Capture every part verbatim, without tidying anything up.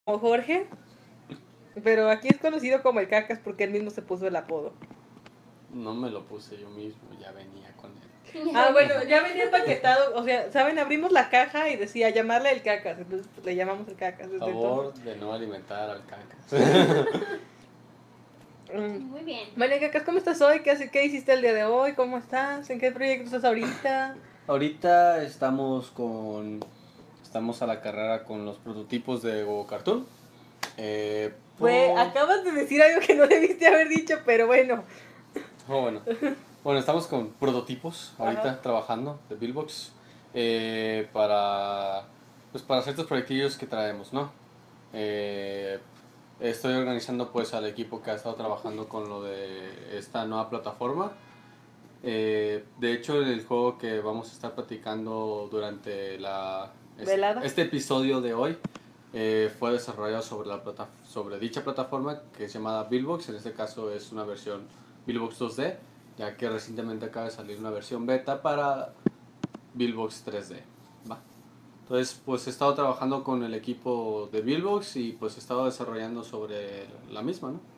Jorge, pero aquí es conocido como el Cacas porque él mismo se puso el apodo. No me lo puse yo mismo, ya venía con él. Ah, bueno, ya venía empaquetado, o sea, ¿saben? Abrimos la caja y decía llamarle el Cacas, entonces pues, le llamamos el Cacas. Por Desde favor entonces. de no alimentar al Cacas. Mm. Muy bien. Bueno, Cacas, ¿cómo estás hoy? ¿Qué, hace- ¿Qué hiciste el día de hoy? ¿Cómo estás? ¿En qué proyecto estás ahorita? Ahorita estamos con... Estamos a la carrera con los prototipos de Go Cartoon. Eh, Pues por- acabas de decir algo que no debiste haber dicho, pero bueno. Oh, bueno. Bueno, estamos con prototipos ahorita Ajá. trabajando de Billbox eh, para pues para ciertos proyectillos que traemos, ¿no? Eh, estoy organizando pues al equipo que ha estado trabajando con lo de esta nueva plataforma. Eh, de hecho, el juego que vamos a estar platicando durante la es- ¿Velada? este episodio de hoy eh, fue desarrollado sobre la plata, sobre dicha plataforma que es llamada Billbox. En este caso es una versión Billbox dos D, ya que recientemente acaba de salir una versión beta para Billbox tres D. ¿Va? Entonces, pues he estado trabajando con el equipo de Billbox y pues he estado desarrollando sobre la misma, ¿no?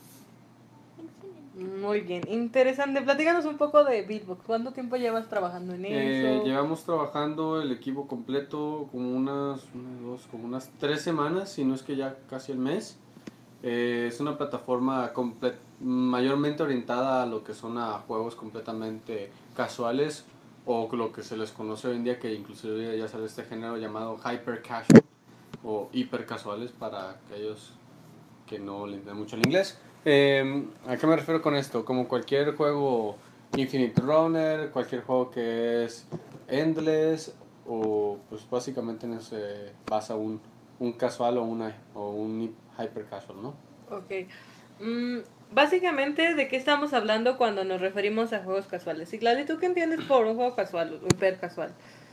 Muy bien, interesante. Platícanos un poco de Beatbox. ¿Cuánto tiempo llevas trabajando en Eh, eso? llevamos trabajando el equipo completo como unas, una, dos, como unas tres semanas, si no es que ya casi el mes. Eh, es una plataforma comple- mayormente orientada a lo que son a juegos completamente casuales o lo que se les conoce hoy en día, que inclusive ya sale este género llamado hyper casual o hiper casuales para aquellos que no le entienden mucho el inglés. Eh, ¿A qué me refiero con esto? Como cualquier juego Infinite Runner, cualquier juego que es Endless, o pues básicamente en eso se basa un, un casual o, una, o un hyper casual, ¿no? Ok. Mm, básicamente, ¿de qué estamos hablando cuando nos referimos a juegos casuales? Y Gladys, ¿tú qué entiendes por un juego casual o hiper casual?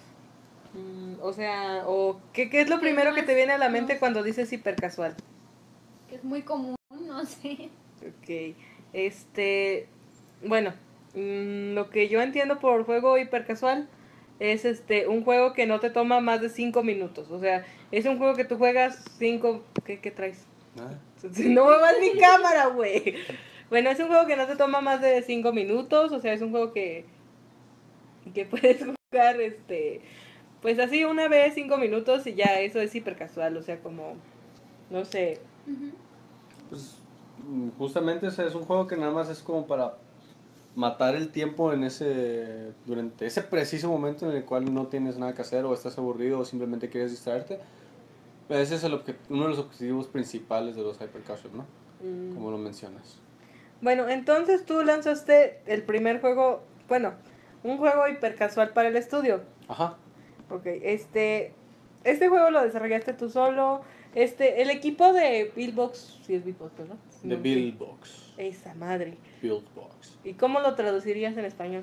Mm, o sea, o ¿qué, qué es lo Que es primero que te más- viene a la mente no- cuando dices hiper casual? Que es muy común, no sé. Ok. Este, bueno, mm, lo que yo entiendo por juego hiper casual es este un juego que no te toma más de cinco minutos. O sea, es un juego que tú juegas cinco. ¿Qué, qué traes? Nada. No muevas mi cámara, güey. Bueno, es un juego que no te toma más de cinco minutos. O sea, es un juego que, que puedes jugar, este, pues así una vez cinco minutos y ya eso es hiper casual. O sea, como, no sé. Ujú. Pues mm, justamente ese es un juego que nada más es como para matar el tiempo en ese durante ese preciso momento en el cual no tienes nada que hacer o estás aburrido o simplemente quieres distraerte. Ese es el obje- uno de los objetivos principales de los hyper casual, ¿no? mm, Como lo mencionas. Bueno, entonces tú lanzaste el primer juego, bueno, un juego hiper casual para el estudio. Ajá. Ok, este, este juego lo desarrollaste tú solo. Este, el equipo de Billbox, sí es Billbox, ¿verdad? The No, sí. Billbox. Esa madre. Billbox. ¿Y cómo lo traducirías en español?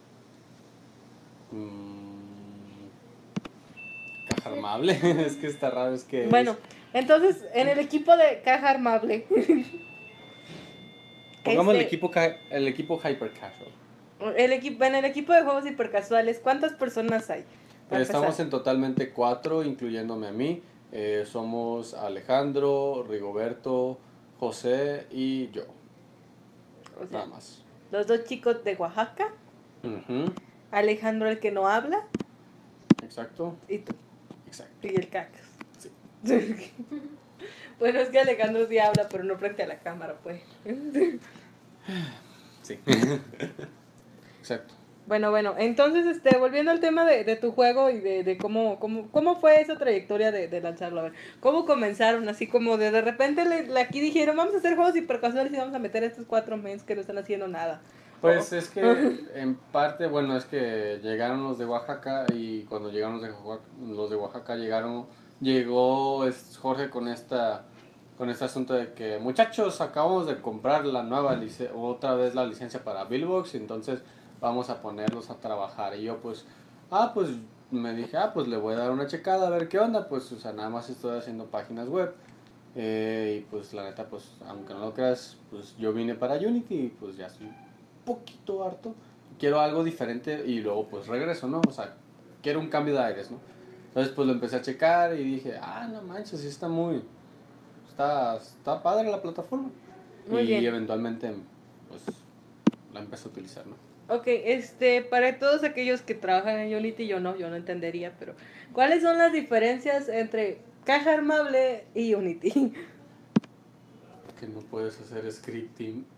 Mm, caja armable. Es que está raro, es que Bueno, es... entonces, en el equipo de Caja Armable, Pongamos el este, equipo, ca- el equipo hyper casual. el equipo, en el equipo de juegos hipercasuales, ¿cuántas personas hay? Para Estamos empezar. en totalmente cuatro, incluyéndome a mí. Eh, somos Alejandro, Rigoberto, José y yo. O Nada sea, más. los dos chicos de Oaxaca, Ujú, Alejandro el que no habla, exacto. y tú, Exacto. y el Cacas. Sí. Bueno, es que Alejandro sí habla, pero no frente a la cámara, pues. Sí. Exacto. Bueno, bueno, entonces, este, volviendo al tema de, de tu juego y de, de cómo, cómo, cómo fue esa trayectoria de, de lanzarlo. A ver, ¿cómo comenzaron? Así como de, de repente le, le- aquí dijeron, vamos a hacer juegos hipercasuales y vamos a meter a estos cuatro mens que no están haciendo nada. Pues es que en parte, bueno, es que llegaron los de Oaxaca y cuando llegaron los de Oaxaca, los de Oaxaca llegaron, llegó es- Jorge con esta, con este asunto de que muchachos, acabamos de comprar la nueva licencia, otra vez la licencia para Billbox, entonces vamos a ponerlos a trabajar. Y yo pues, ah, pues me dije, ah, pues le voy a dar una checada a ver qué onda, pues, o sea, nada más estoy haciendo páginas web. Eh, y pues la neta, pues, aunque no lo creas, pues yo vine para Unity y pues ya estoy poquito harto. Quiero algo diferente y luego pues regreso, ¿no? O sea, quiero un cambio de aires, ¿no? Entonces pues lo empecé a checar y dije, ah, no manches, sí está muy, está, está padre la plataforma. Muy y bien. eventualmente, pues, la empecé a utilizar, ¿no? Ok, este, para todos aquellos que trabajan en Unity, yo no, yo no entendería, pero ¿cuáles son las diferencias entre caja armable y Unity? Que no puedes hacer scripting.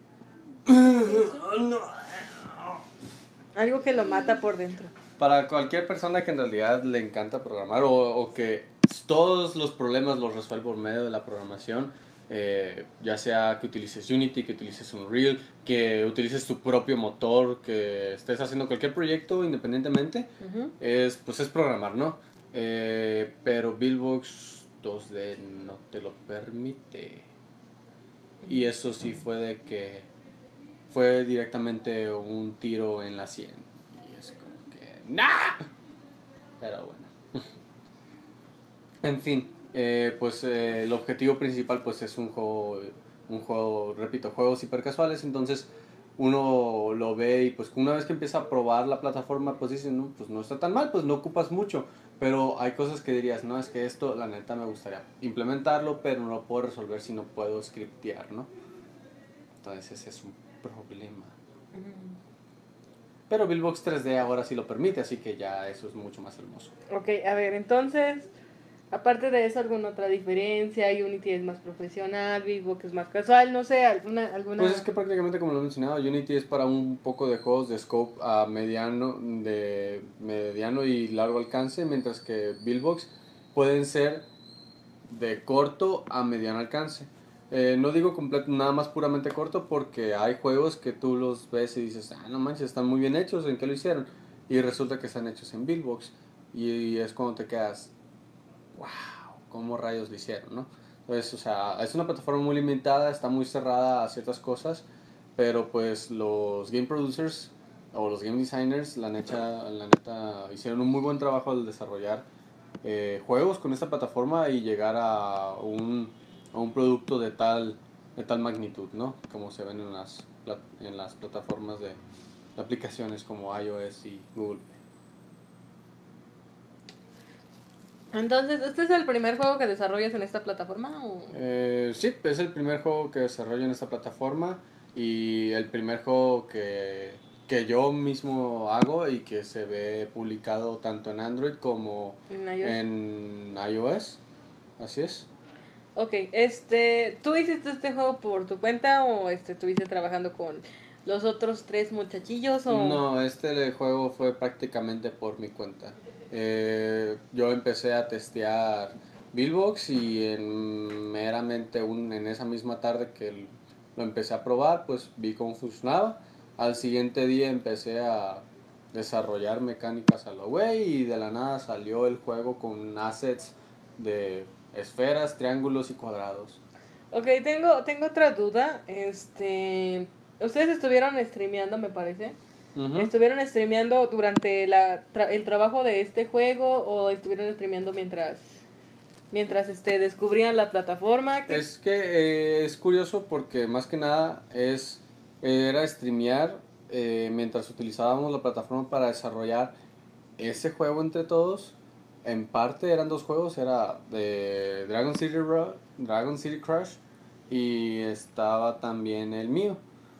Algo que lo mata por dentro. Para cualquier persona que en realidad le encanta programar o, o que todos los problemas los resuelve por medio de la programación, eh, ya sea que utilices Unity, que utilices Unreal, que utilices tu propio motor, que estés haciendo cualquier proyecto independientemente, Ujú. es, pues es programar, ¿no? Eh, pero Buildbox dos D no te lo permite. Y eso sí fue de que fue directamente un tiro en la sien. Y es como que ¡nah! Pero bueno. En fin, eh, pues eh, el objetivo principal pues es un juego, un juego, repito, juegos hipercasuales, entonces uno lo ve y pues una vez que empieza a probar la plataforma pues dice, no, pues no está tan mal, pues no ocupas mucho, pero hay cosas que dirías, no, es que esto la neta me gustaría implementarlo, pero no lo puedo resolver si no puedo scriptear, ¿no? Entonces ese es un problema. Pero Buildbox tres D ahora sí lo permite, así que ya eso es mucho más hermoso. Ok, a ver, entonces, aparte de eso, ¿alguna otra diferencia? Unity es más profesional, Buildbox es más casual, no sé, alguna... alguna... Pues es que prácticamente como lo he mencionado, Unity es para un poco de juegos de scope a mediano, de mediano y largo alcance, mientras que Buildbox pueden ser de corto a mediano alcance. Eh, no digo completo, nada más puramente corto porque hay juegos que tú los ves y dices, ah, no manches, están muy bien hechos, ¿en qué lo hicieron? Y resulta que están hechos en Buildbox. Y es cuando te quedas, wow, ¿cómo rayos lo hicieron, no? Entonces, o sea, es una plataforma muy limitada, está muy cerrada a ciertas cosas, pero pues los game producers o los game designers, la neta, la neta hicieron un muy buen trabajo al desarrollar eh, juegos con esta plataforma y llegar a un, a un producto de tal, de tal magnitud, ¿no? Como se ven en las, en las plataformas de, de aplicaciones como iOS y Google. Entonces, ¿este es el primer juego que desarrollas en esta plataforma? O... Eh, sí, es el primer juego que desarrollo en esta plataforma y el primer juego que, que yo mismo hago y que se ve publicado tanto en Android como ¿En iOS? en iOS. Así es. Ok, este, ¿tú hiciste este juego por tu cuenta o este, estuviste trabajando con los otros tres muchachillos o...? No, este juego fue prácticamente por mi cuenta. Eh, yo empecé a testear Billbox y en meramente un, en esa misma tarde que lo empecé a probar, pues vi cómo funcionaba. Al siguiente día empecé a desarrollar mecánicas a lo güey y de la nada salió el juego con assets de esferas, triángulos y cuadrados. Ok, tengo, tengo otra duda, este, ustedes estuvieron streameando, me parece. Ujú. ¿Estuvieron streameando durante la, tra- el trabajo de este juego o estuvieron streameando mientras, mientras este, descubrían la plataforma? ¿Qué- Es que eh, es curioso porque más que nada es era streamear eh, mientras utilizábamos la plataforma para desarrollar ese juego entre todos. En parte eran dos juegos, era de Dragon City Ru- Dragon City Crush y estaba también el mío.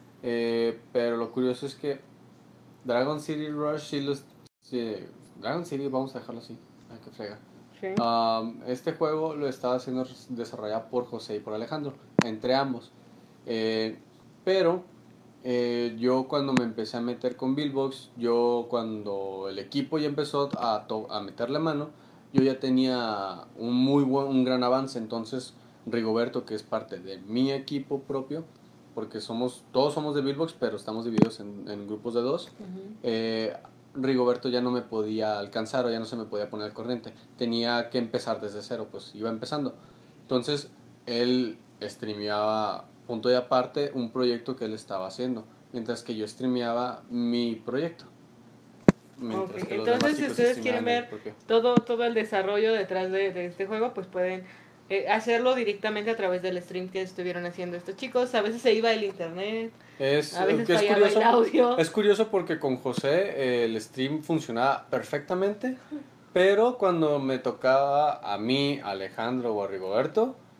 Eh, pero lo curioso es que Dragon City Rush sí los sí, Dragon City vamos a dejarlo así. Ay, qué frega. Sí. Um, este juego lo estaba siendo desarrollado por José y por Alejandro, entre ambos. Eh, pero eh, yo cuando me empecé a meter con Billbox, yo cuando el equipo ya empezó a, to- a meterle mano, yo ya tenía un muy buen, un gran avance. Entonces Rigoberto, que es parte de mi equipo propio, porque somos todos somos de Billbox, pero estamos divididos en, en grupos de dos. Ujú. eh, Rigoberto ya no me podía alcanzar o ya no se me podía poner al corriente. Tenía que empezar desde cero, pues iba empezando. Entonces, él streameaba punto y aparte un proyecto que él estaba haciendo, mientras que yo streameaba mi proyecto. Mientras Ok, que los demás entonces si chicos ustedes quieren streameaban el ver propio. todo, todo el desarrollo detrás de, de este juego, pues pueden eh, hacerlo directamente a través del stream que estuvieron haciendo estos chicos. A veces se iba el internet, Es, a veces que es fallaba el curioso, audio. es curioso porque con José eh, el stream funcionaba perfectamente, pero cuando me tocaba a mí, a Alejandro o a Rigoberto,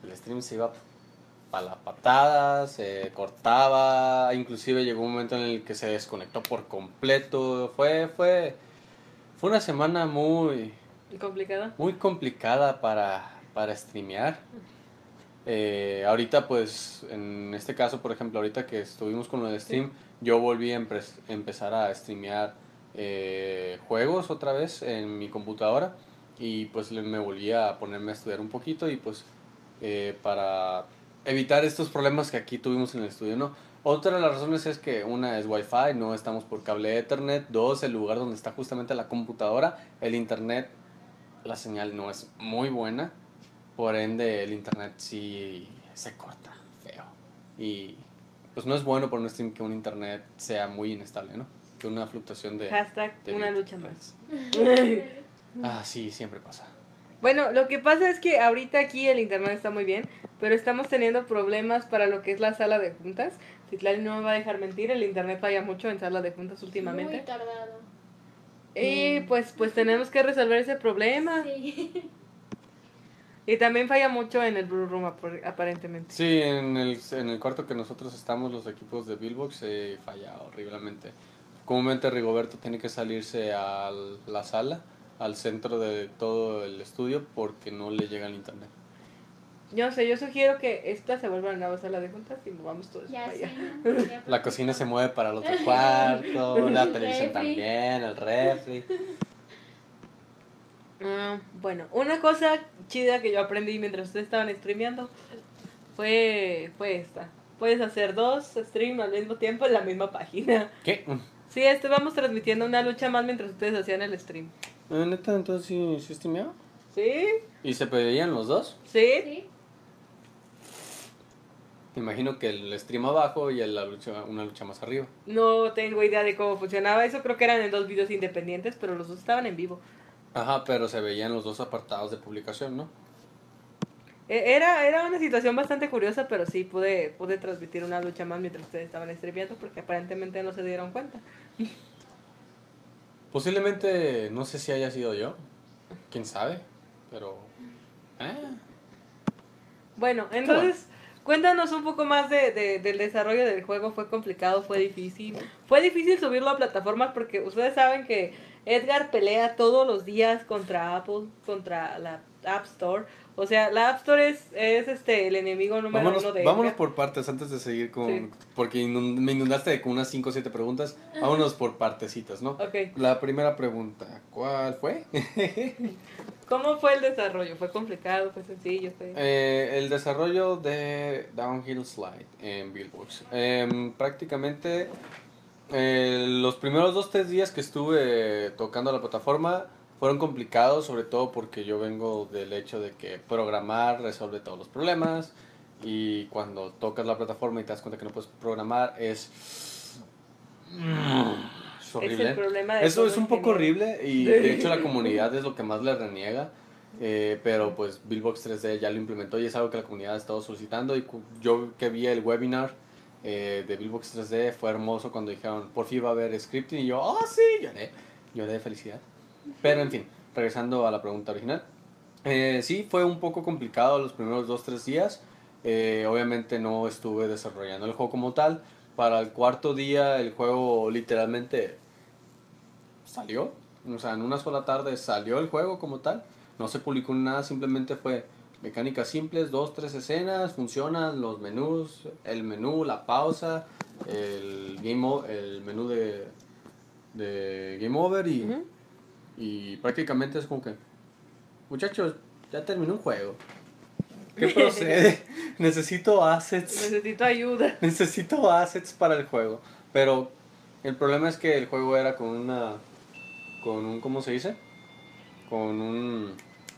el stream se iba para la patada, se cortaba, inclusive llegó un momento en el que se desconectó por completo. Fue, fue, fue una semana muy, ¿Complicada? muy complicada para, para streamear. Eh, ahorita pues, en este caso, por ejemplo, ahorita que estuvimos con lo de stream, yo volví a empe- empezar a streamear eh, juegos otra vez en mi computadora y pues le- me volví a ponerme a estudiar un poquito y pues eh, para evitar estos problemas que aquí tuvimos en el estudio, ¿no? Otra de las razones es que una es Wi-Fi, no estamos por cable Ethernet. Dos, el lugar donde está justamente la computadora, el internet, la señal no es muy buena. Por ende, el internet sí se corta feo. Y pues no es bueno por un stream que un internet sea muy inestable, ¿no? Que una fluctuación de... Hashtag de una bit, lucha pues. más. Ah, sí, siempre pasa. Bueno, lo que pasa es que ahorita aquí el internet está muy bien, pero estamos teniendo problemas para lo que es la sala de juntas. Citlali no me va a dejar mentir, el internet falla mucho en sala de juntas últimamente. Muy tardado. Y pues, pues tenemos que resolver ese problema. Sí. Y también falla mucho en el Blue Room apar- aparentemente. Sí, en el, en el cuarto que nosotros estamos, los equipos de Billbox, eh, falla horriblemente. Comúnmente Rigoberto tiene que salirse a la sala, al centro de todo el estudio, porque no le llega el internet. Yo sé, yo sugiero que esta se vuelva una nueva sala de juntas y movamos todos Ya para sí. allá. ya La cocina se mueve para el otro cuarto, la El televisión refri. también, el refri. Ah, bueno, una cosa chida que yo aprendí mientras ustedes estaban streameando fue, fue esta. Puedes hacer dos streams al mismo tiempo en la misma página. ¿Qué? Sí, estuvimos transmitiendo una lucha más mientras ustedes hacían el stream. ¿Eh, ¿Neta? Entonces sí, sí streameaba? ¿Sí? ¿Y se pedían los dos? ¿Sí? Sí. Me imagino que el stream abajo y el- la lucha, una lucha más arriba. No tengo idea de cómo funcionaba eso. Creo que eran en dos videos independientes, pero los dos estaban en vivo. Ajá, pero se veían los dos apartados de publicación, ¿no? E- Era, era una situación bastante curiosa, pero sí pude, pude transmitir una lucha más mientras ustedes estaban streameando porque aparentemente no se dieron cuenta. Posiblemente, no sé si haya sido yo. ¿Quién sabe? Pero... ¿eh? Bueno, entonces cuéntanos un poco más de, de- del desarrollo del juego. ¿Fue complicado? ¿Fue difícil? Fue difícil subirlo a plataformas porque ustedes saben que Edgar pelea todos los días contra Apple, contra la App Store. O sea, la App Store es, es este el enemigo número Vámonos, uno de vámonos Edgar. por partes antes de seguir con... Sí. Porque inund- me inundaste de con unas cinco o siete preguntas. Vámonos por partecitas, ¿no? Ok. La primera pregunta, ¿cuál fue? ¿Cómo fue el desarrollo? ¿Fue complicado? ¿Fue sencillo? ¿Fue... Eh, el desarrollo de Downhill Slide en Billbox. Em, prácticamente eh, los primeros dos tres días que estuve tocando la plataforma fueron complicados, sobre todo porque yo vengo del hecho de que programar resuelve todos los problemas y cuando tocas la plataforma y te das cuenta que no puedes programar es... Es horrible. Es el problema de Eso todo es un poco ingeniero. horrible y de hecho la comunidad es lo que más le reniega. Eh, pero pues Billbox tres D ya lo implementó y es algo que la comunidad ha estado solicitando. Y cu- yo que vi el webinar eh, de Billbox tres D fue hermoso cuando dijeron por fin va a haber scripting. Y yo, oh sí, lloré, lloré de felicidad. Pero en fin, regresando a la pregunta original. Eh, sí, fue un poco complicado los primeros dos tres días. Eh, obviamente no estuve desarrollando el juego como tal. Para el cuarto día el juego literalmente salió. O sea, en una sola tarde salió el juego como tal. No se publicó nada, simplemente fue mecánicas simples, dos, tres escenas, funcionan los menús, el menú, la pausa, el game o- el menú de, de Game Over y, Ujú. y prácticamente es como que, muchachos, ya terminó un juego. ¿Qué procede? Necesito assets. Necesito ayuda. Necesito assets para el juego. Pero el problema es que el juego era con una. Con un. ¿Cómo se dice? Con un.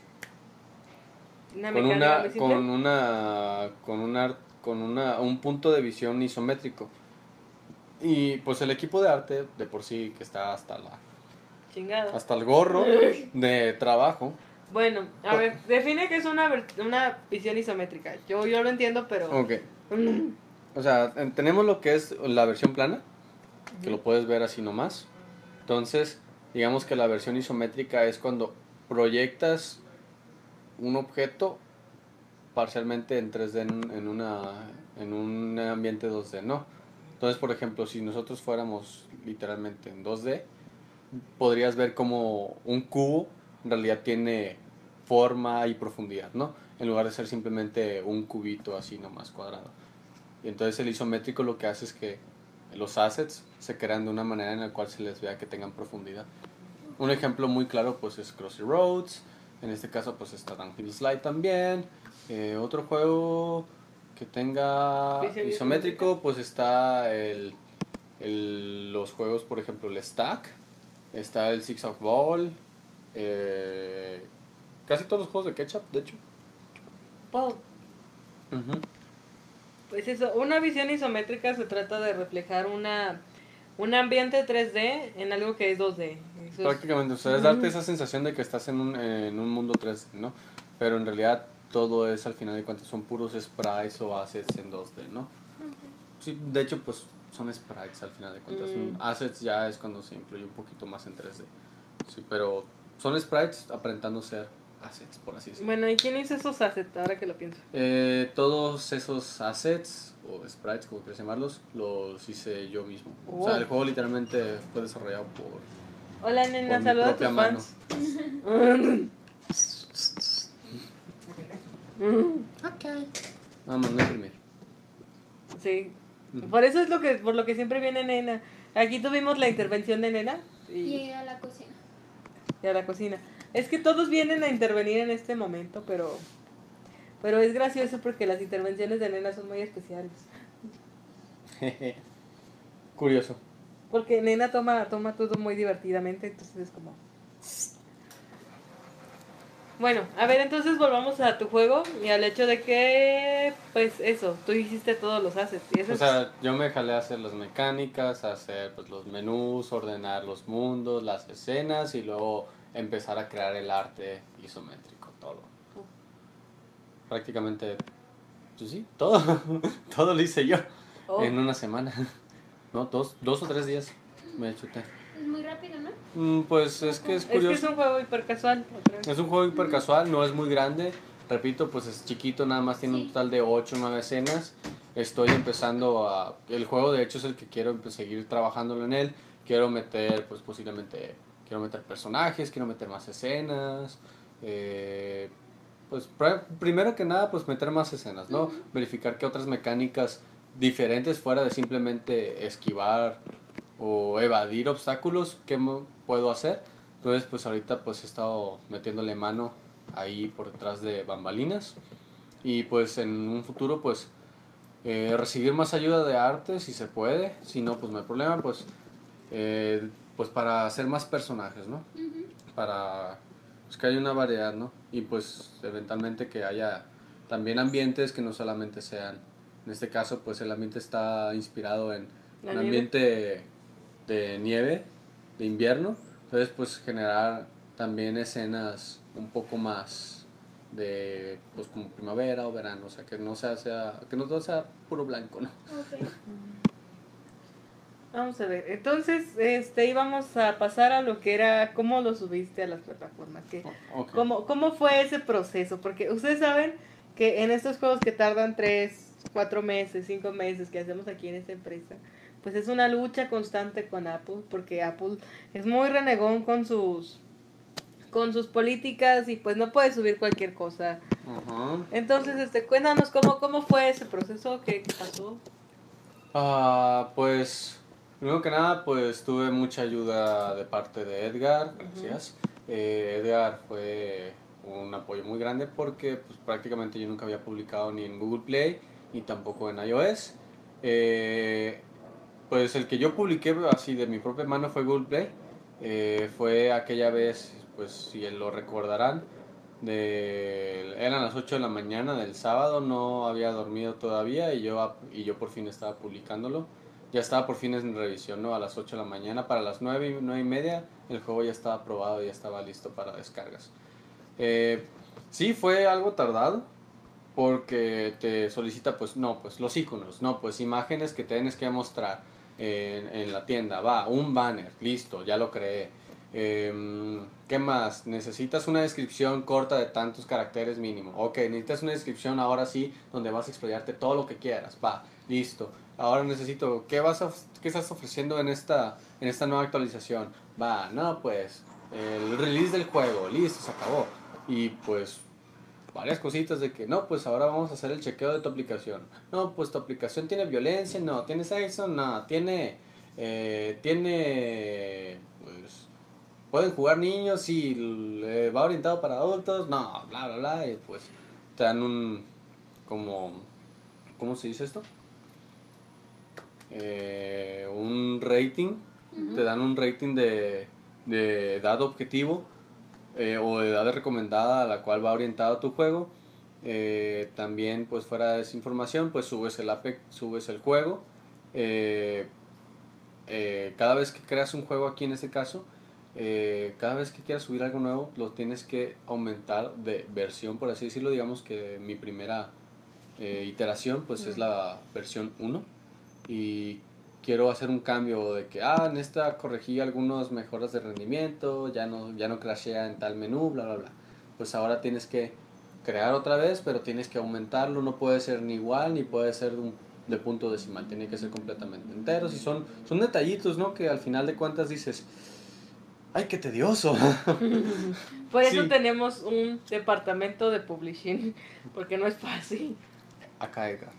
Una Con mecánica una. muy simple. Con una. Con una. Con una. Un punto de visión isométrico. Y pues el equipo de arte, de por sí, que está hasta la. Chingada. Hasta el gorro de trabajo. Bueno, a ver, define que es una, ver- una visión isométrica. Yo, yo lo entiendo, pero... Ok. Mm, O sea, en- tenemos lo que es la versión plana, que lo puedes ver así nomás. Entonces, digamos que la versión isométrica es cuando proyectas un objeto parcialmente en tres D en, en, una, en un ambiente dos D, ¿no? Entonces, por ejemplo, si nosotros fuéramos literalmente en dos D, podrías ver como un cubo en realidad tiene forma y profundidad, ¿no? En lugar de ser simplemente un cubito así nomás cuadrado. Y entonces el isométrico lo que hace es que los assets se crean de una manera en la cual se les vea que tengan profundidad. Un ejemplo muy claro pues es Crossy Roads, en este caso pues está Downhill Slide también. Eh, otro juego que tenga ¿Visión isométrico isométrica? pues está el, el- los juegos, por ejemplo, el Stack, está el Six of Ball, eh, casi todos los juegos de Ketchup, de hecho. Oh, Ujú. pues eso, una visión isométrica se trata de reflejar una un ambiente tres D en algo que es dos D. Eso es- Prácticamente, o sea, es darte esa sensación de que estás en un, en un mundo tres D, ¿no? Pero en realidad todo es, al final de cuentas, son puros sprites o assets en dos D, ¿no? Sí, de hecho, pues son sprites al final de cuentas. Mm. Assets ya es cuando se incluye un poquito más en tres D. Sí, pero son sprites aparentando ser assets, por así decirlo. Bueno, ¿y quién hizo esos assets? Ahora que lo pienso. Eh, todos esos assets o sprites, como quieras llamarlos, los hice yo mismo. O sea, Oh. el juego literalmente fue desarrollado por, Hola, por nena, mi saluda a propia tus mano. fans. Nada más no imprimir. Sí. Ujú. Por eso es lo que por lo que siempre viene nena. Aquí tuvimos la intervención de nena y, Y a la cocina. y a la cocina. Es que todos vienen a intervenir en este momento, pero pero es gracioso porque las intervenciones de nena son muy especiales. Curioso. Porque nena toma toma todo muy divertidamente, entonces es como bueno, a ver, entonces volvamos a tu juego y al hecho de que, pues eso, tú hiciste todos los assets. Y eso O es- sea, yo me jalé a hacer las mecánicas, a hacer pues, los menús, ordenar los mundos, las escenas y luego empezar a crear el arte isométrico, todo. Prácticamente, pues sí, todo. Todo lo hice yo Oh, en una semana. No, dos, dos o tres días me chuté. Es muy rápido, ¿no? Mm, Pues es que es es que es curioso. un juego hiper casual. otra vez. Es un juego hiper casual, no es muy grande. Repito, pues es chiquito, nada más tiene un Sí. total de ocho o nueve escenas. Estoy empezando a... El juego de hecho es el que quiero empe- seguir trabajándolo en él. Quiero meter, pues posiblemente, quiero meter personajes, quiero meter más escenas. eh, pues pr- primero que nada, pues meter más escenas, ¿no? Verificar que otras mecánicas diferentes fuera de simplemente esquivar o evadir obstáculos, ¿qué mo- puedo hacer? Entonces, pues ahorita pues he estado metiéndole mano ahí por detrás de bambalinas y pues en un futuro pues eh, recibir más ayuda de arte si se puede, si no pues no hay problema, pues eh, pues para hacer más personajes, ¿no? Ujú. Para pues, que haya una variedad, ¿no? Y pues eventualmente que haya también ambientes que no solamente sean, en este caso pues el ambiente está inspirado en La un nieve. ambiente de nieve, de invierno, entonces pues generar también escenas un poco más de pues como primavera o verano, o sea que no sea, sea que no todo sea puro blanco, ¿no? Ok. Vamos a ver, entonces este íbamos a pasar a lo que era cómo lo subiste a las plataformas, que Ok. cómo, cómo fue ese proceso, porque ustedes saben que en estos juegos que tardan tres, cuatro meses, cinco meses que hacemos aquí en esta empresa, pues es una lucha constante con Apple, porque Apple es muy renegón con sus con sus políticas y pues no puede subir cualquier cosa. Ajá. Entonces, este, cuéntanos cómo, cómo fue ese proceso, qué, qué pasó. Ah, pues, primero que nada, pues tuve mucha ayuda de parte de Edgar, gracias. Eh, Edgar fue un apoyo muy grande porque pues, prácticamente yo nunca había publicado ni en Google Play ni tampoco en iOS. Eh, pues el que yo publiqué así de mi propia mano fue Google Play. Eh, fue aquella vez, pues si lo recordarán, de, eran las ocho de la mañana del sábado, no había dormido todavía y yo, y yo por fin estaba publicándolo. Ya estaba por fin en revisión, ¿no? A las ocho de la mañana, para las nueve y nueve y media el juego ya estaba aprobado, ya estaba listo para descargas. Eh, sí, fue algo tardado porque te solicita, pues, no, pues los iconos, no, pues imágenes que tienes que mostrar en, en la tienda, va, un banner, listo, ya lo creé. Eh, ¿Qué más? Necesitas una descripción corta de tantos caracteres mínimo. Ok, necesitas una descripción ahora sí donde vas a explayarte todo lo que quieras. Va, listo. Ahora necesito, ¿qué vas a, qué estás ofreciendo en esta, en esta nueva actualización? Va, no, pues el release del juego, listo, se acabó. Y pues varias cositas de que, no, pues ahora vamos a hacer el chequeo de tu aplicación. No, pues tu aplicación tiene violencia, no, tiene sexo, no, tiene, eh, tiene, pues pueden jugar niños y eh, va orientado para adultos, no, bla, bla, bla, y pues te dan un, como, ¿cómo se dice esto? Eh, un rating, uh-huh. Te dan un rating de, de edad objetivo eh, o de edad recomendada a la cual va orientado tu juego. Eh, también, pues fuera de esa información, pues subes el Apex, subes el juego. Eh, eh, cada vez que creas un juego aquí en este caso, Eh, cada vez que quieras subir algo nuevo lo tienes que aumentar de versión, por así decirlo. Digamos que mi primera eh, iteración pues mm. es la versión uno y quiero hacer un cambio de que ah, en esta corregí algunas mejoras de rendimiento, ya no, ya no crashea en tal menú, bla bla bla. Pues ahora tienes que crear otra vez, pero tienes que aumentarlo, no puede ser ni igual ni puede ser un, de punto decimal, tiene que ser completamente enteros y son, son detallitos, ¿no? Que al final de cuentas dices, ¡ay, qué tedioso! Por eso sí. Tenemos un departamento de publishing, porque no es fácil. Acá, acá.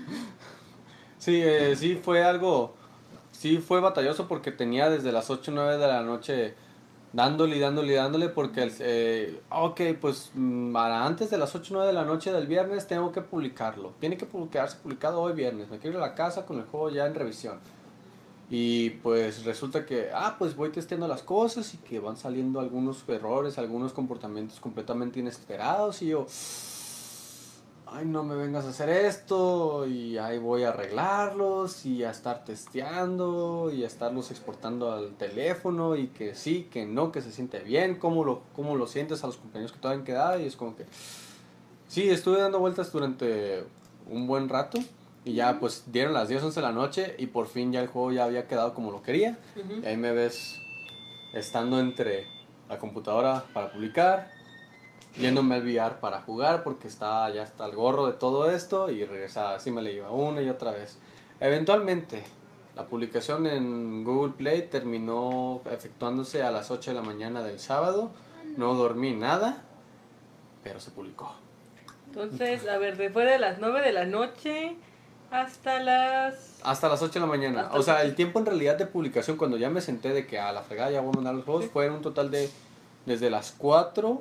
Sí, eh, sí fue algo, sí fue batalloso porque tenía desde las ocho o nueve de la noche dándole y dándole y dándole porque, eh, ok, pues para antes de las ocho o nueve de la noche del viernes tengo que publicarlo. Tiene que quedarse publicado hoy viernes. Me quiero ir a la casa con el juego ya en revisión. Y pues resulta que, ah, pues voy testeando las cosas y que van saliendo algunos errores, algunos comportamientos completamente inesperados y yo, ay, no me vengas a hacer esto y ahí voy a arreglarlos y a estar testeando y a estarlos exportando al teléfono y que sí, que no, que se siente bien, cómo lo, cómo lo sientes a los compañeros que todavía han quedado y es como que, sí, estuve dando vueltas durante un buen rato. Y ya pues dieron las diez, once de la noche y por fin ya el juego ya había quedado como lo quería. Uh-huh. Y ahí me ves estando entre la computadora para publicar, yéndome al V R para jugar porque está, ya está el gorro de todo esto y regresaba, así me le iba una y otra vez. Eventualmente la publicación en Google Play terminó efectuándose a las ocho de la mañana del sábado. No dormí nada, pero se publicó. Entonces, a ver, después de las nueve de la noche... Hasta las... Hasta las ocho de la mañana. Hasta o sea, el tiempo en realidad de publicación, cuando ya me senté de que a la fregada ya voy a mandar los juegos, ¿sí? Fue un total de desde las cuatro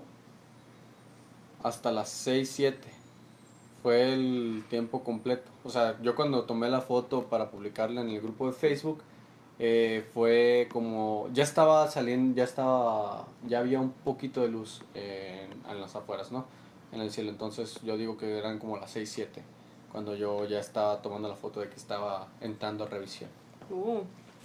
hasta las seis, siete. Fue el tiempo completo. O sea, yo cuando tomé la foto para publicarla en el grupo de Facebook, eh, fue como... Ya estaba saliendo, ya estaba... Ya había un poquito de luz eh, en, en las afueras, ¿no? En el cielo. Entonces yo digo que eran como las seis, siete. Cuando yo ya estaba tomando la foto de que estaba entrando a revisión. Uh.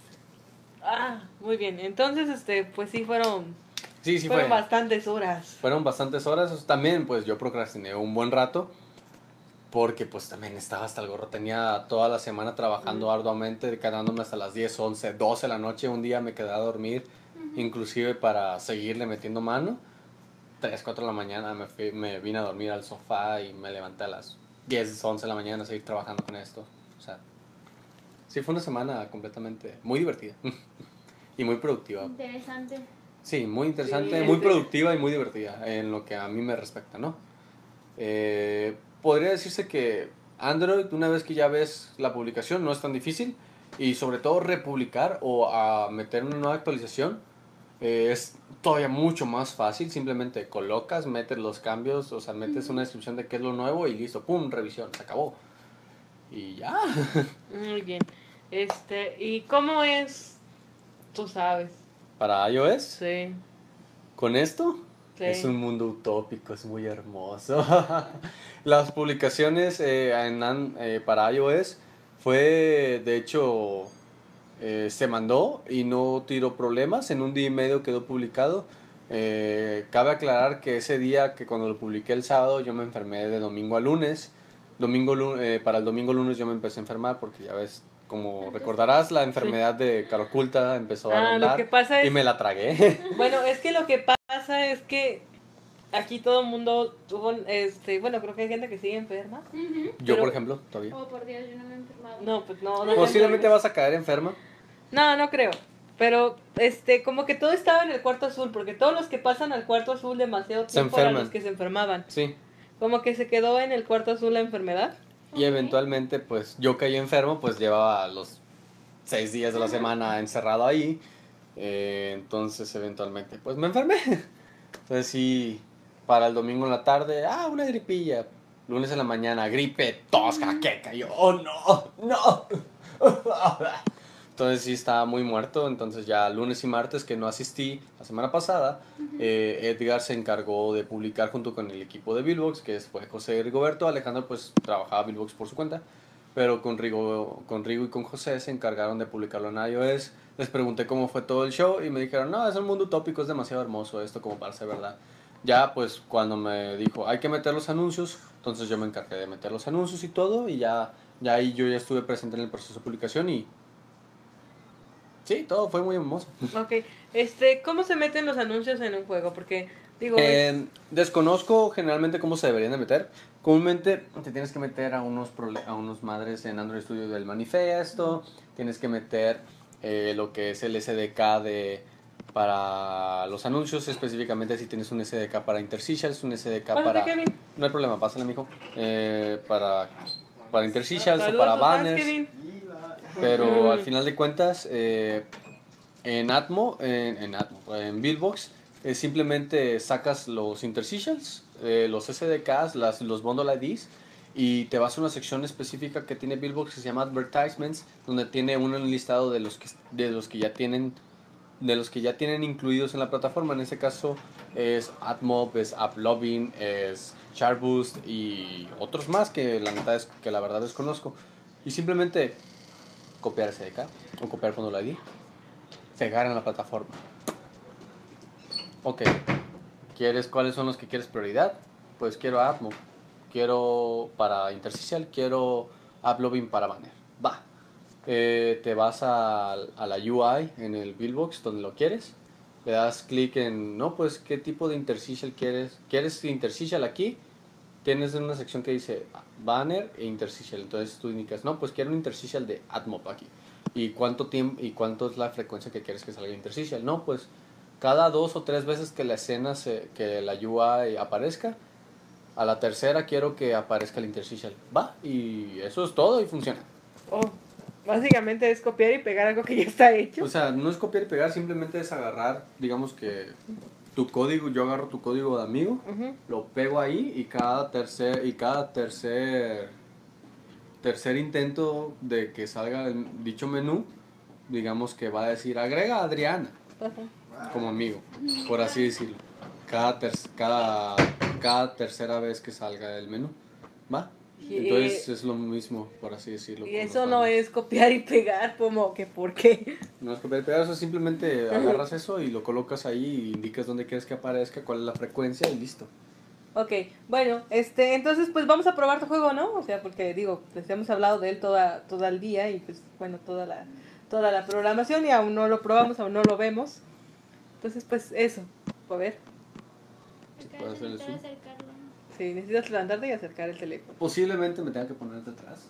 Ah, muy bien. Entonces, este, pues sí fueron... Sí, sí fueron fue. bastantes horas. Fueron bastantes horas. También, pues yo procrastiné un buen rato. Porque pues también estaba hasta el gorro. Tenía toda la semana trabajando uh-huh. arduamente, quedándome hasta las diez, once, doce de la noche. Un día me quedé a dormir, uh-huh. inclusive para seguirle metiendo mano. tres, cuatro de la mañana me, fui, me vine a dormir al sofá y me levanté a las diez, once de la mañana a seguir trabajando con esto. O sea, sí fue una semana completamente muy divertida y muy productiva. Interesante. Sí, muy interesante, sí, muy productiva y muy divertida en lo que a mí me respecta, ¿no? Eh, podría decirse que Android, una vez que ya ves la publicación, no es tan difícil y sobre todo republicar o a meter una nueva actualización eh, es todavía mucho más fácil. Simplemente colocas, metes los cambios, o sea, metes una descripción de qué es lo nuevo y listo, pum, revisión, se acabó. Y ya. Muy bien. Este, ¿y cómo es? Tú sabes. ¿Para iOS? Sí. ¿Con esto? Sí. Es un mundo utópico, es muy hermoso. Las publicaciones eh, en, eh, para iOS fue, de hecho, eh, se mandó y no tiró problemas. En un día y medio quedó publicado. Eh, cabe aclarar que ese día, que cuando lo publiqué el sábado, yo me enfermé de domingo a lunes. Domingo, eh, para el domingo lunes yo me empecé a enfermar porque ya ves, como recordarás, la enfermedad de cara oculta empezó a Ah, lo rondar que pasa y es... me la tragué. Bueno, es que lo que pasa es que aquí todo el mundo tuvo, este, bueno, creo que hay gente que sigue enferma. Ujú. Yo, Pero- por ejemplo, todavía. Oh, por Dios, yo no me he enfermado. No, pues no, no. te Posiblemente enfermes. vas a caer enferma. No, no creo. Pero, este, como que todo estaba en el cuarto azul, porque todos los que pasan al cuarto azul demasiado Se tiempo eran enferman. los que se enfermaban. Sí. Como que se quedó en el cuarto azul la enfermedad. Y eventualmente, pues yo caí enfermo, pues llevaba los seis días de la semana encerrado ahí. Eh, entonces, eventualmente, pues me enfermé. Entonces, sí, para el domingo en la tarde, ah, una gripilla. Lunes en la mañana, gripe, tos, jaqueca. Y yo, oh no, no. Entonces, sí, estaba muy muerto. Entonces, ya lunes y martes que no asistí la semana pasada, eh, Edgar se encargó de publicar junto con el equipo de Billbox, que fue José y Rigoberto. Alejandro, pues trabajaba Billbox por su cuenta. Pero con Rigo, con Rigo y con José se encargaron de publicarlo en iOS. Les pregunté cómo fue todo el show y me dijeron, no, es un mundo utópico, es demasiado hermoso esto como para ser verdad. Ya pues cuando me dijo, hay que meter los anuncios, entonces yo me encargué de meter los anuncios y todo y ya, ya ahí yo ya estuve presente en el proceso de publicación y sí, todo fue muy hermoso. Ok, este, ¿cómo se meten los anuncios en un juego? Porque, digo, es- Eh, desconozco generalmente cómo se deberían de meter. Comúnmente te tienes que meter a unos, prole- a unos madres en Android Studio del manifiesto, tienes que meter eh, lo que es el S D K de, para los anuncios, específicamente si tienes un S D K para interstitials, un S D K pásate, para... Kevin. No hay problema, pásale, mijo. Eh, para, para interstitials o Saludos para a tus fans, banners. Kevin. Pero Mm. al final de cuentas, eh, en Atmo, en, en Atmo, en Billbox, eh, simplemente sacas los interstitials, eh, los S D Ks, las, los bundle I Ds, y te vas a una sección específica que tiene Billbox que se llama Advertisements, donde tiene un listado de los que, de los que ya tienen de los que ya tienen incluidos en la plataforma. En este caso es AdMob, es AppLovin, es Chartboost y otros más que la neta es que la verdad desconozco. Y simplemente copiar S D K o copiar bundle I D, pegar en la plataforma. Ok, ¿quieres cuáles son los que quieres prioridad? Pues quiero AppMob, quiero para interstitial, quiero AppLovin para banner. Va. Eh, te vas a, a la U I en el Billbox donde lo quieres. Le das clic en, no, pues, ¿qué tipo de interstitial quieres? ¿Quieres interstitial aquí? Tienes una sección que dice banner e interstitial. Entonces tú indicas, no, pues quiero un interstitial de AdMob aquí. ¿Y cuánto tiempo y cuánto es la frecuencia que quieres que salga interstitial? No, pues cada dos o tres veces que la escena, se, que la U I aparezca, a la tercera quiero que aparezca el interstitial. Va, y eso es todo y funciona. Oh, básicamente es copiar y pegar algo que ya está hecho. O sea, no es copiar y pegar, simplemente es agarrar, digamos que tu código, yo agarro tu código de amigo, Ujú. lo pego ahí y cada tercer y cada tercer tercer intento de que salga el dicho menú, digamos que va a decir agrega a Adriana Ajá. como amigo, por así decirlo. Cada ter- cada cada tercera vez que salga el menú, ¿va? Y- Entonces es lo mismo, por así decirlo. Y con eso los no banners. es copiar y pegar, como que por qué. No es copiar y pegar, eso simplemente agarras eso y lo colocas ahí y indicas dónde quieres que aparezca, cuál es la frecuencia y listo. Ok, bueno, este, entonces pues vamos a probar tu juego, ¿no? O sea, porque digo, pues hemos hablado de él toda, todo el día y pues bueno, toda la, toda la programación y aún no lo probamos, aún no lo vemos. Entonces pues eso, a ver, Acá puede hacer el necesito zoom. acercarlo. si necesitas levantarte y acercar el teléfono. Posiblemente me tenga que poner detrás.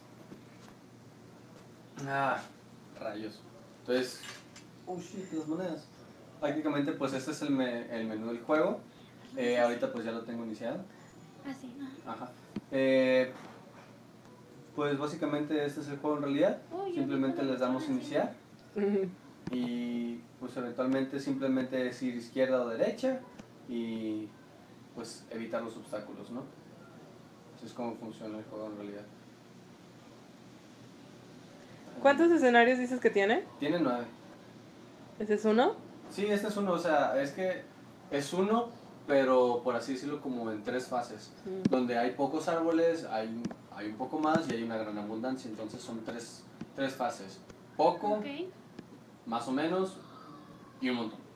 Ah, rayos. Entonces, oh shit, las monedas. Prácticamente pues este es el, me- el menú del juego. Eh, ahorita pues ya lo tengo iniciado. Ah, sí, no. Ajá. Eh, pues básicamente este es el juego en realidad. Oh, yo Simplemente vi les damos cómo iniciar. Y pues eventualmente simplemente decir izquierda o derecha y pues evitar los obstáculos, ¿no? Así es como funciona el juego en realidad. ¿Cuántos escenarios dices que tiene? Tiene nueve. ¿Ese es uno? Sí, este es uno, o sea, es que es uno, pero por así decirlo como en tres fases, Mm. donde hay pocos árboles, hay, hay un poco más y hay una gran abundancia, entonces son tres, tres fases. Poco, Ok. más o menos y un montón.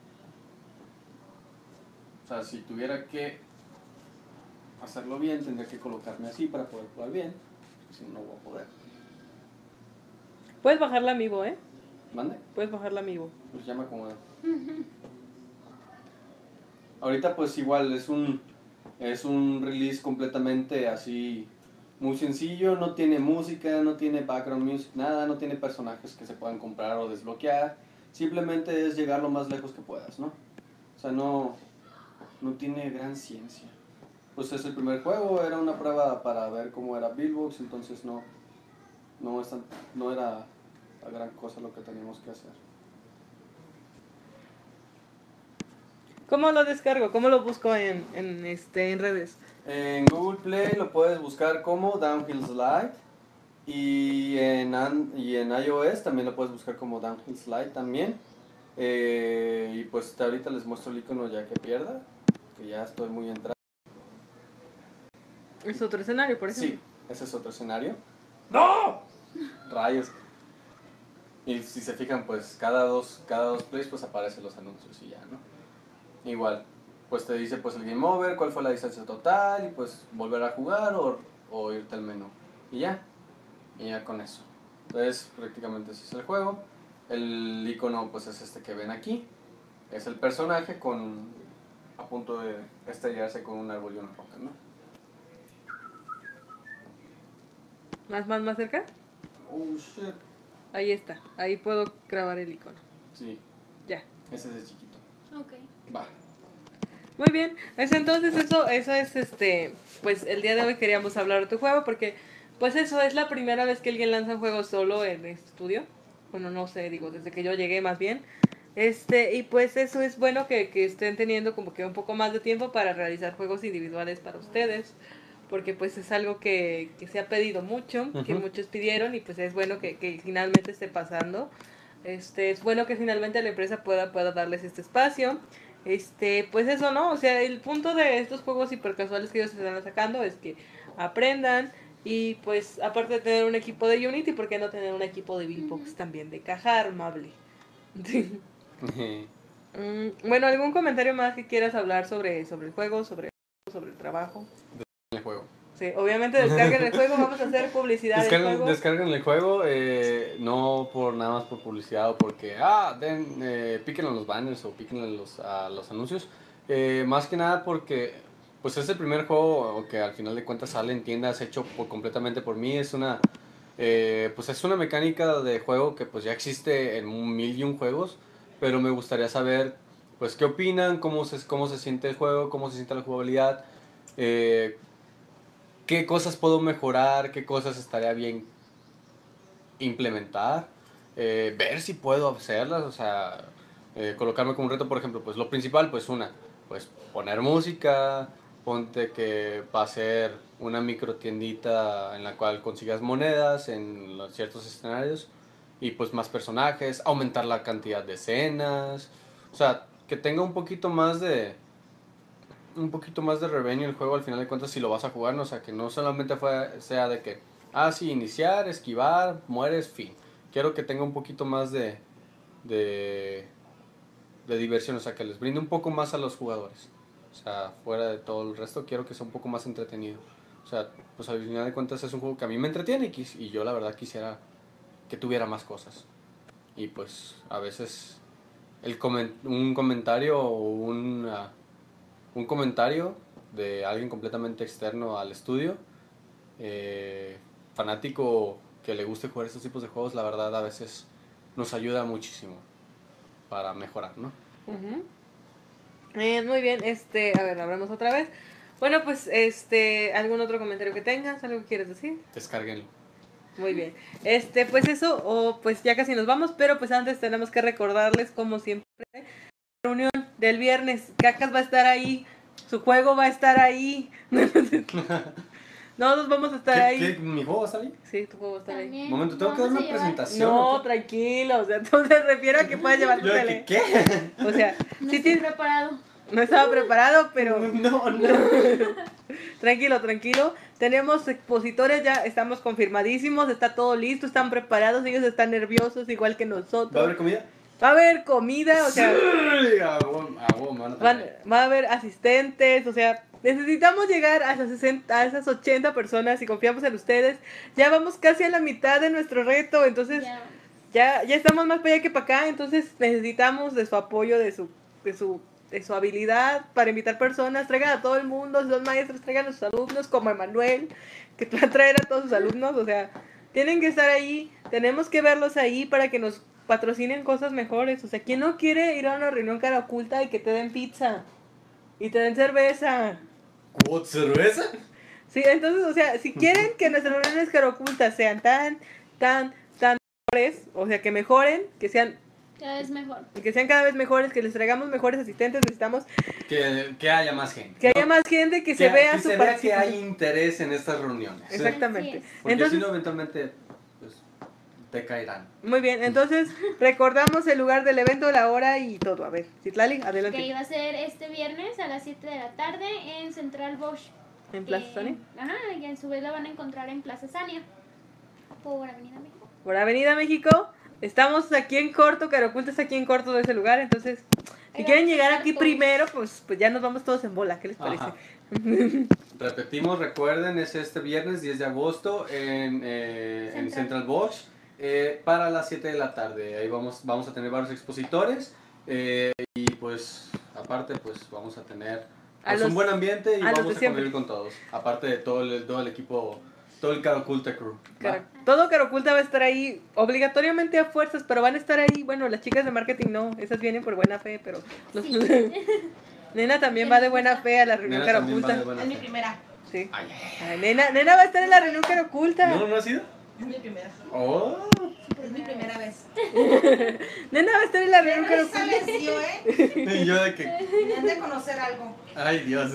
O sea, si tuviera que hacerlo bien, tendría que colocarme así para poder jugar bien, si no, no voy a poder. Puedes bajar la Amiibo, ¿eh? ¿Mande? Puedes bajar la Amiibo. Pues ya me acomodo. Ahorita pues igual es un es un release completamente así muy sencillo, no tiene música, no tiene background music, nada, no tiene personajes que se puedan comprar o desbloquear, simplemente es llegar lo más lejos que puedas, ¿no? O sea, no no tiene gran ciencia. Pues es el primer juego, era una prueba para ver cómo era Billbox, entonces no no es tan- no era la gran cosa lo que teníamos que hacer. ¿Cómo lo descargo? ¿Cómo lo busco en, en, este, en redes? En Google Play lo puedes buscar como Downhill Slide y en, an- y en iOS también lo puedes buscar como Downhill Slide también. Eh, y pues ahorita les muestro el icono ya que pierda, que ya estoy muy entrado. Es otro escenario, por ejemplo. Sí, ese es otro escenario. ¡No! Rayos. Y si se fijan, pues cada dos, cada dos plays pues aparecen los anuncios y ya, ¿no? Igual, pues te dice pues el game over, cuál fue la distancia total y pues volver a jugar o, o irte al menú. Y ya, y ya con eso. Entonces prácticamente ese es el juego. El icono pues es este que ven aquí. Es el personaje con a punto de estrellarse con un árbol y una roca, ¿no? ¿Más, más, más cerca? Oh shit. Ahí está. Ahí puedo grabar el icono. Sí, Ya. ese es el chiquito. Ok. Va. Muy bien. Es, entonces eso, eso es este. Pues el día de hoy queríamos hablar de tu juego porque, pues eso es la primera vez que alguien lanza un juego solo en este estudio. Bueno, no sé, digo, desde que yo llegué más bien. Este, y pues eso es bueno que, que estén teniendo como que un poco más de tiempo para realizar juegos individuales para ustedes. Porque pues es algo que, que se ha pedido mucho, que Ujú. muchos pidieron y pues es bueno que, que finalmente esté pasando. Este, es bueno que finalmente la empresa pueda, pueda darles este espacio. Este, pues eso, ¿no? O sea, el punto de estos juegos hipercasuales que ellos están sacando es que aprendan y pues aparte de tener un equipo de Unity, ¿por qué no tener un equipo de Billbox Ujú. también de caja armable? Mm, bueno, ¿algún comentario más que quieras hablar sobre, sobre el juego, sobre, sobre el trabajo? El juego. Sí, obviamente descarguen el juego, vamos a hacer publicidad del Descarguen, juego. descarguen el juego, eh, no por nada más por publicidad o porque, ah, den, eh, píquenle a los banners o píquenle a los, a los anuncios. Eh, más que nada porque, pues es el primer juego que al final de cuentas sale en tiendas hecho por, completamente por mí. Es una, eh, pues es una mecánica de juego que pues ya existe en un mil y un juegos, pero me gustaría saber, pues, qué opinan, cómo se, cómo se siente el juego, cómo se siente la jugabilidad. Eh, qué cosas puedo mejorar, qué cosas estaría bien implementar, eh, ver si puedo hacerlas, o sea, eh, colocarme como un reto, por ejemplo, pues lo principal, pues una, pues poner música, ponte que va a ser una micro tiendita en la cual consigas monedas en los ciertos escenarios y pues más personajes, aumentar la cantidad de escenas, o sea, que tenga un poquito más de un poquito más de revenue el juego al final de cuentas si lo vas a jugar, ¿no? O sea, que no solamente fue, sea de que, ah, sí, iniciar, esquivar, mueres, fin. Quiero que tenga un poquito más de, de, de diversión, o sea, que les brinde un poco más a los jugadores. O sea, fuera de todo el resto, quiero que sea un poco más entretenido. O sea, pues al final de cuentas es un juego que a mí me entretiene y, quis- y yo la verdad quisiera que tuviera más cosas. Y pues a veces el comen- un comentario o un... ah, un comentario de alguien completamente externo al estudio, eh, fanático que le guste jugar estos tipos de juegos, la verdad a veces nos ayuda muchísimo para mejorar, ¿no? Ujú. Eh, muy bien, este, a ver, hablamos otra vez. Bueno, pues, este, ¿algún otro comentario que tengas? ¿Algo que quieres decir? Descárguenlo. Muy bien. Este, pues eso, o pues ya casi nos vamos, pero pues antes tenemos que recordarles, como siempre, la reunión del viernes. Cacas va a estar ahí, su juego va a estar ahí. Nosotros vamos a estar ¿Qué, ahí. qué, ¿Mi juego va a salir? Sí, tu juego va a estar ahí. También. Momento, tengo que dar vamos una a llevar- presentación. ¿o No, qué? tranquilo, o sea, entonces refiero a que puedas llevar tu Yo de tele. que, ¿qué? O sea, No sí estoy tienes- preparado. no estaba preparado, pero No, no. tranquilo, tranquilo. Tenemos expositores ya, estamos confirmadísimos, está todo listo, están preparados, ellos están nerviosos igual que ¿Va a nosotros. haber comida? Va a haber comida, o sea, Sí, a huevo, a huevo, me van a van- tener. va a haber asistentes, o sea, necesitamos llegar a esas, sesenta, a esas ochenta personas y confiamos en ustedes. Ya vamos casi a la mitad de nuestro reto, entonces Ya. ya, ya estamos más para allá que para acá, entonces necesitamos de su apoyo, de su, de su, de su habilidad para invitar personas. Traigan a todo el mundo, si son maestros, traigan a sus alumnos, como Emanuel, que va a traer a todos sus alumnos, o sea, tienen que estar ahí, tenemos que verlos ahí para que nos patrocinen cosas mejores. O sea, ¿quién no quiere ir a una reunión cara oculta y que te den pizza? Y te den cerveza. ¿What, cerveza? Sí, entonces, o sea, si quieren que nuestras reuniones cara ocultas sean tan, tan, tan mejores, o sea, que mejoren, que sean, Cada vez mejor. que sean cada vez mejores, que les traigamos mejores asistentes, necesitamos Que, que haya más gente. que ¿no? haya más gente, que se vea que su se vea que participación. hay interés en estas reuniones. ¿sí? Exactamente. Así es. Porque Entonces, si no, eventualmente, pues, te caerán. muy bien, entonces recordamos el lugar del evento, la hora y todo. A ver, Citlali, adelante. Que iba a ser este viernes a las siete de la tarde en Central Bosch. En Plaza Eh, Sani. Ajá, y en su vez la van a encontrar en Plaza Sania. Por Avenida México. Por Avenida México. Estamos aquí en corto, Cara Oculta está aquí en corto de ese lugar, entonces si Ahí quieren vamos a llegar estar aquí todos. primero, pues, pues ya nos vamos todos en bola, ¿qué les parece? Ajá. Repetimos, recuerden, es este viernes diez de agosto en, eh, en Central. Central Bosch eh, para las siete de la tarde. Ahí vamos, vamos a tener varios expositores eh, y pues aparte pues vamos a tener A pues, los- un buen ambiente y a los vamos de a siempre. convivir con todos. Aparte de todo el, todo el equipo, todo el Cara Oculta Crew. ¿va? Cara- Todo Cara Oculta va a estar ahí, obligatoriamente a fuerzas, pero van a estar ahí. Bueno, las chicas de marketing no, esas vienen por buena fe, pero los- Sí. Nena también va de buena fe a la reunión Nena Cara también va Oculta. de buena Es mi fe. primera. Sí. Ay, ay, Ay, nena, nena va a estar en la reunión Cara Oculta. ay. ¿No, no ha sido? Es mi primera. Oh. Es mi primera vez. Nena va a estar en la Qué reunión Cara risa Oculta. les dio, ¿eh? Y yo de que... Tenían de conocer algo. Ay, Dios.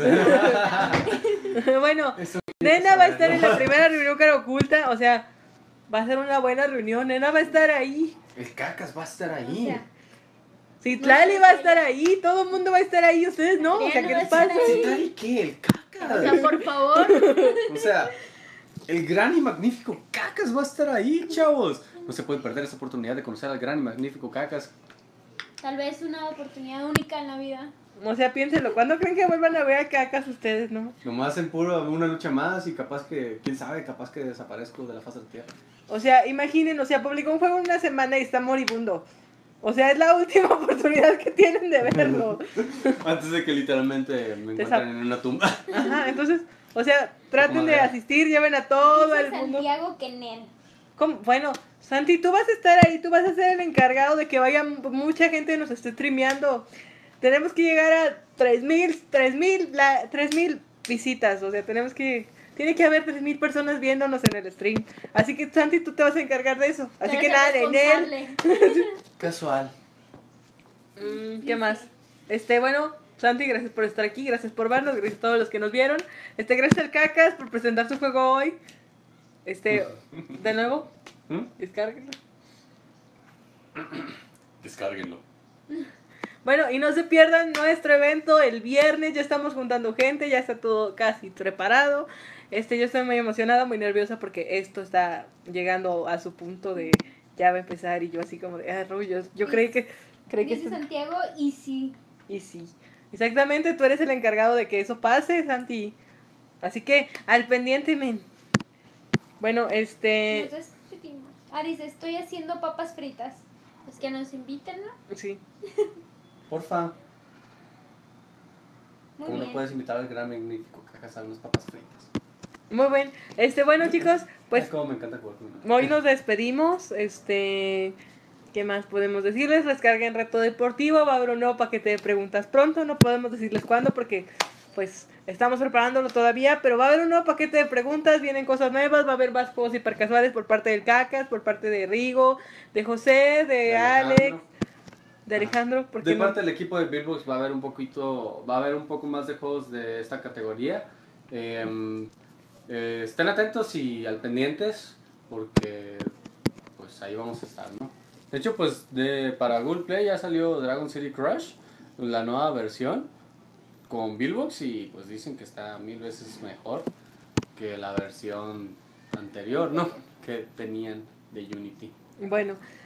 Bueno, Eso Nena va a estar en la ¿no? primera reunión Cara Oculta, o sea, va a ser una buena reunión. Nena va a estar ahí. El Cacas va a estar O ahí. sea, Citlali No, va a no, estar ya. ahí, todo el mundo va a estar ahí, ustedes no, o sea, Adriana ¿qué va les a estar pasa? ahí. ¿Sí trae qué? El Cacas. o sea, por favor. O sea, el gran y magnífico Cacas va a estar ahí, chavos. No se puede perder esa oportunidad de conocer al gran y magnífico Cacas. Tal vez una oportunidad única en la vida. O sea, piénsenlo, ¿cuándo creen que vuelvan a ver a Cacas ustedes, no? Nomás en puro una lucha más y capaz que, quién sabe, capaz que desaparezco de la faz de la tierra. O sea, imaginen, o sea, publicó un juego en una semana y está moribundo. O sea, es la última oportunidad que tienen de verlo. Antes de que literalmente me encuentren en una tumba. Ajá, entonces, o sea, traten de Madre. asistir, lleven a todo Dice el mundo. Santiago Quenel. ¿Cómo? Bueno, Santi, tú vas a estar ahí, tú vas a ser el encargado de que vaya m- mucha gente nos esté streameando. Tenemos que llegar a tres mil, tres mil, la- tres mil visitas, o sea, tenemos que... Tiene que haber tres mil personas viéndonos en el stream. Así que, Santi, tú te vas a encargar de eso. Así Tú que eres nada, el en él. responsable. Casual. Mm, ¿Qué más? Este, bueno, Santi, gracias por estar aquí, gracias por vernos, gracias a todos los que nos vieron. Este, gracias al Cacas por presentar su juego hoy. Este, de nuevo, ¿Mm? descárguenlo. Descárguenlo. Bueno, y no se pierdan nuestro evento el viernes, ya estamos juntando gente, ya está todo casi preparado. Este, yo estoy muy emocionada, muy nerviosa porque esto está llegando a su punto de ya va a empezar y yo así como de, ah, rollos, yo creí que, creí que Dice esto- Santiago y sí. y sí, exactamente, tú eres el encargado de que eso pase, Santi. Así que, al pendiente, men. Bueno, este, Nos despedimos. Ah, dice, estoy haciendo papas fritas. Pues que nos inviten, ¿no? sí. Porfa. Muy ¿Cómo no bien. puedes invitar al gran magnífico Cacas a unas papas fritas? Muy bien. Este, bueno, chicos, Pues pues como me encanta jugar con mi- hoy nos despedimos. Este, ¿qué más podemos decirles? Descarguen Reto Deportivo, va a haber un nuevo paquete de preguntas pronto, no podemos decirles cuándo porque pues estamos preparándolo todavía, pero va a haber un nuevo paquete de preguntas, vienen cosas nuevas, va a haber más juegos hipercasuales por parte del Cacas, por parte de Rigo, de José, de, De Alex, Alejandro. de Alejandro, porque De parte del equipo de Beatbox va a haber un poquito, va a haber un poco más de juegos de esta categoría. Eh, eh, estén atentos y al pendientes porque pues ahí vamos a estar, ¿no? De hecho, pues de para Google Play ya salió Dragon City Crush, la nueva versión con Beatbox y pues dicen que está mil veces mejor que la versión anterior, ¿no? Que tenían de Unity. bueno,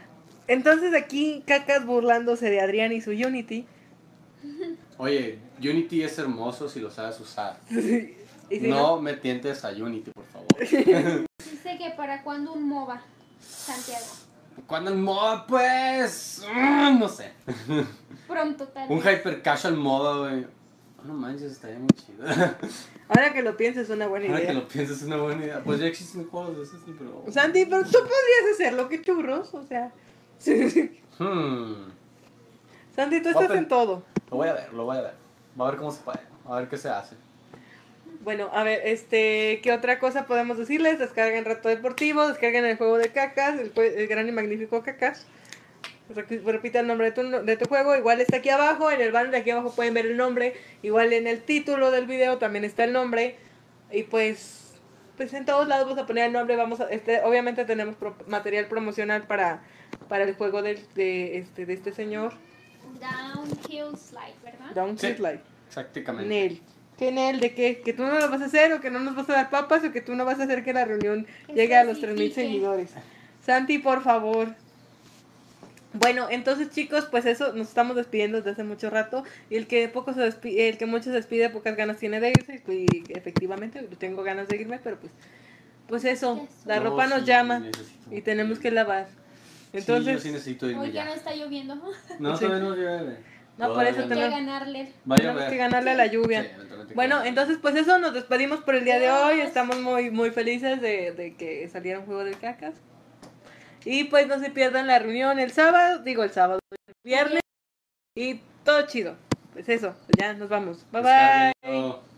Entonces aquí Cacas burlándose de Adrián y su Unity. Oye, Unity es hermoso si lo sabes usar. Y si No me tientes a Unity, por favor. Dice que para cuando un MOBA, Santiago. ¿Cuándo el MOBA? Pues... mm, no sé. Pronto tal Un vez. hyper casual MOBA, güey. Oh, no manches, estaría muy chido. Ahora que lo pienses es una buena Ahora que idea. lo piensas es una buena idea. Pues ya existen juegos de ese, sí, pero... Santi, pero tú podrías hacerlo, que churros, o sea. Hmm. Santi, tú Voy a estás pen- en todo. Lo voy a ver, lo voy a ver. Va a ver cómo se puede. A ver qué se hace. Bueno, a ver, este, ¿qué otra cosa podemos decirles? Descarguen Reto Deportivo, descarguen el juego de Cacas, el, jue- el gran y magnífico Cacas. Re- Repita el nombre de tu, de tu juego, igual está aquí abajo, en el banner de aquí abajo pueden ver el nombre, igual en el título del video también está el nombre, y pues, pues en todos lados vamos a poner el nombre, vamos a, este, obviamente tenemos pro- material promocional para, para el juego del- de, este, de este señor, Downhill Slide, ¿verdad? Down Sí. Light. Exactamente. Nel. ¿Qué Nel? ¿De qué? ¿Que tú no lo vas a hacer o que no nos vas a dar papas o que tú no vas a hacer que la reunión Que llegue a los tres mil especifique. seguidores? Santi, por favor. Bueno, entonces chicos, pues eso, nos estamos despidiendo desde hace mucho rato. Y el que poco se despide, el que mucho se despide, pocas ganas tiene de irse. Y efectivamente, tengo ganas de irme, pero pues, pues eso, la No, ropa nos sí, llama necesito y tenemos ir. que lavar. Entonces, Sí, yo sí necesito irme Hoy que ya. no está lloviendo. No, Sí. todavía no llueve. No, por Todavía eso Hay no. que tenemos- ganarle. Va a tenemos llover. que ganarle a la lluvia. Sí, eventualmente Bueno, que- entonces pues eso, nos despedimos por el día de hoy. Adiós. Estamos muy muy felices de, de que saliera un juego de Cacas. Y pues no se pierdan la reunión el sábado, digo el sábado, el viernes. Y todo chido. Pues eso, ya nos vamos. Bye bye. Descárguenlo.